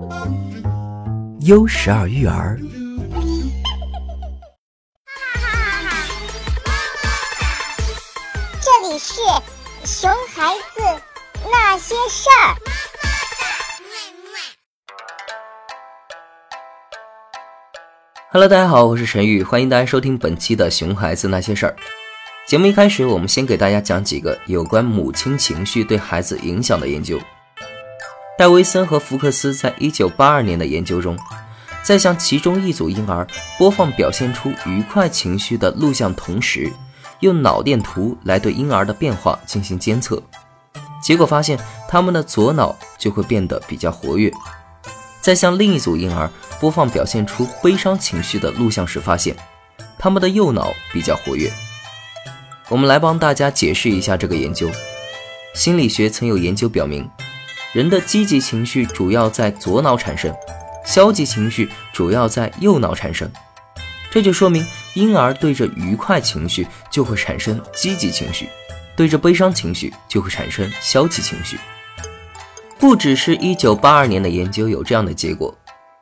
U12育儿。 这里是熊孩子那些事儿。 Hello， 大家好，我是陈宇，欢迎大家收听本期的熊孩子那些事儿。节目一开始，我们先给大家讲几个有关母亲情绪对孩子影响的研究。戴维森和福克斯在1982年的研究中，在向其中一组婴儿播放表现出愉快情绪的录像同时，用脑电图来对婴儿的变化进行监测，结果发现他们的左脑就会变得比较活跃。在向另一组婴儿播放表现出悲伤情绪的录像时，发现他们的右脑比较活跃。我们来帮大家解释一下这个研究。心理学曾有研究表明，人的积极情绪主要在左脑产生，消极情绪主要在右脑产生。这就说明婴儿对着愉快情绪就会产生积极情绪，对着悲伤情绪就会产生消极情绪。不只是1982年的研究有这样的结果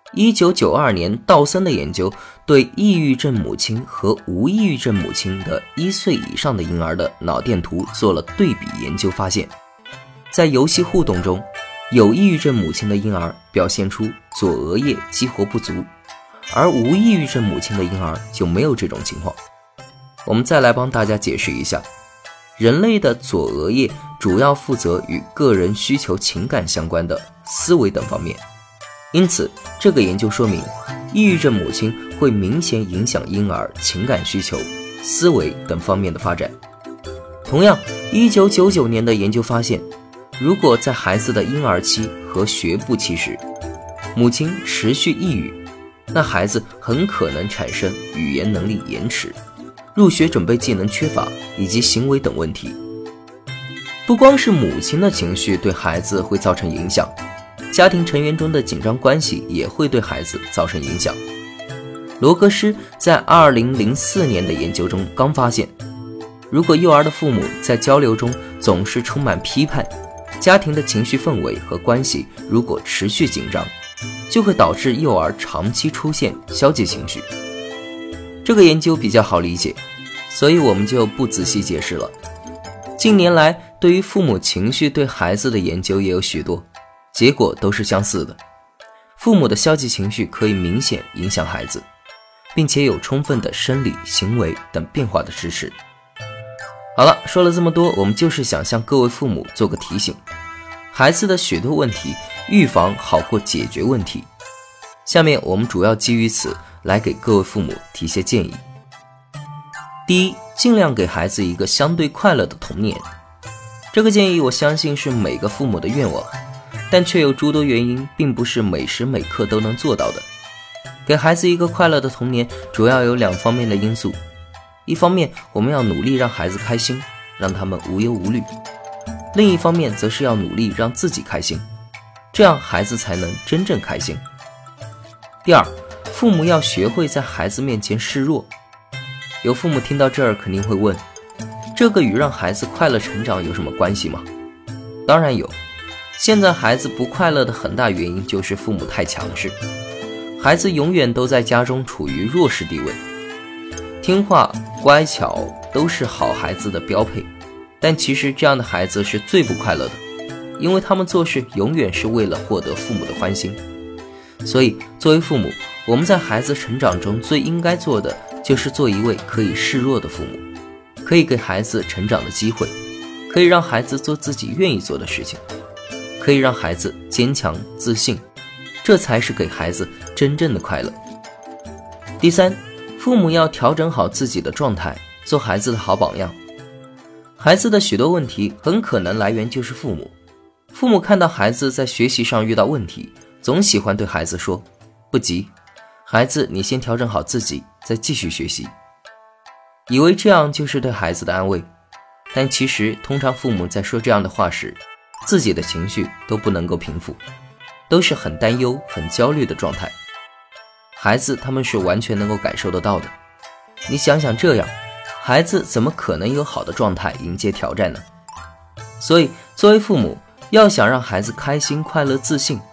，1992年道森的研究对抑郁症母亲和无抑郁症母亲的1岁以上的婴儿的脑电图做了对比研究，发现在游戏互动中，有抑郁症母亲的婴儿表现出左额叶激活不足，而无抑郁症母亲的婴儿就没有这种情况。我们再来帮大家解释一下，人类的左额叶主要负责与个人需求情感相关的思维等方面，因此这个研究说明抑郁症母亲会明显影响婴儿情感需求、思维等方面的发展。同样1999年的研究发现，如果在孩子的婴儿期和学步期时，母亲持续抑郁，那孩子很可能产生语言能力延迟、入学准备技能缺乏以及行为等问题。不光是母亲的情绪对孩子会造成影响，家庭成员中的紧张关系也会对孩子造成影响。罗格施在2004年的研究中刚发现，如果幼儿的父母在交流中总是充满批判，家庭的情绪氛围和关系如果持续紧张，就会导致幼儿长期出现消极情绪。这个研究比较好理解，所以我们就不仔细解释了。近年来对于父母情绪对孩子的研究也有许多，结果都是相似的。父母的消极情绪可以明显影响孩子，并且有充分的生理、行为等变化的支持。好了，说了这么多，我们就是想向各位父母做个提醒，孩子的许多问题，预防好过解决问题。下面我们主要基于此来给各位父母提些建议。第一，尽量给孩子一个相对快乐的童年。这个建议我相信是每个父母的愿望，但却有诸多原因并不是每时每刻都能做到的。给孩子一个快乐的童年主要有2方面的因素。一方面，我们要努力让孩子开心，让他们无忧无虑；另一方面则是要努力让自己开心，这样孩子才能真正开心。第二，父母要学会在孩子面前示弱。有父母听到这儿肯定会问，这个与让孩子快乐成长有什么关系吗？当然有，现在孩子不快乐的很大原因就是父母太强势，孩子永远都在家中处于弱势地位。听话、乖巧都是好孩子的标配，但其实这样的孩子是最不快乐的，因为他们做事永远是为了获得父母的欢心。所以作为父母，我们在孩子成长中最应该做的就是做一位可以示弱的父母，可以给孩子成长的机会，可以让孩子做自己愿意做的事情，可以让孩子坚强自信，这才是给孩子真正的快乐。第三，父母要调整好自己的状态，做孩子的好榜样。孩子的许多问题很可能来源就是父母。父母看到孩子在学习上遇到问题，总喜欢对孩子说，不急，孩子你先调整好自己，再继续学习。以为这样就是对孩子的安慰，但其实通常父母在说这样的话时，自己的情绪都不能够平复，都是很担忧、很焦虑的状态。孩子他们是完全能够感受得到的。你想想，这样孩子怎么可能有好的状态迎接挑战呢？所以作为父母，要想让孩子开心、快乐、自信，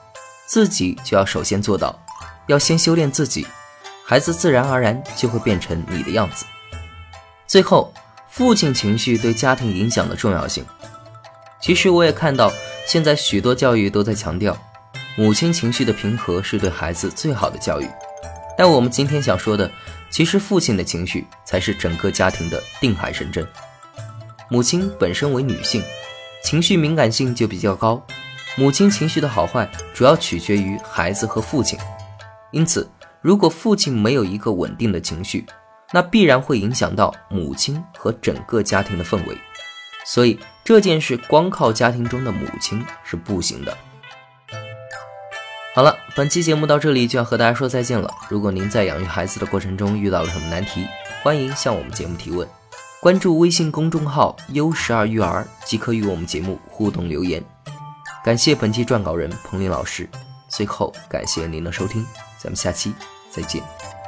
自己就要首先做到，要先修炼自己，孩子自然而然就会变成你的样子。最后，父亲情绪对家庭影响的重要性。其实我也看到现在许多教育都在强调母亲情绪的平和是对孩子最好的教育，但我们今天想说的，其实父亲的情绪才是整个家庭的定海神针。母亲本身为女性，情绪敏感性就比较高，母亲情绪的好坏主要取决于孩子和父亲。因此，如果父亲没有一个稳定的情绪，那必然会影响到母亲和整个家庭的氛围。所以这件事光靠家庭中的母亲是不行的。好了，本期节目到这里就要和大家说再见了。如果您在养育孩子的过程中遇到了什么难题，欢迎向我们节目提问，关注微信公众号U12育儿即可与我们节目互动留言。感谢本期撰稿人彭林老师，最后感谢您的收听，咱们下期再见。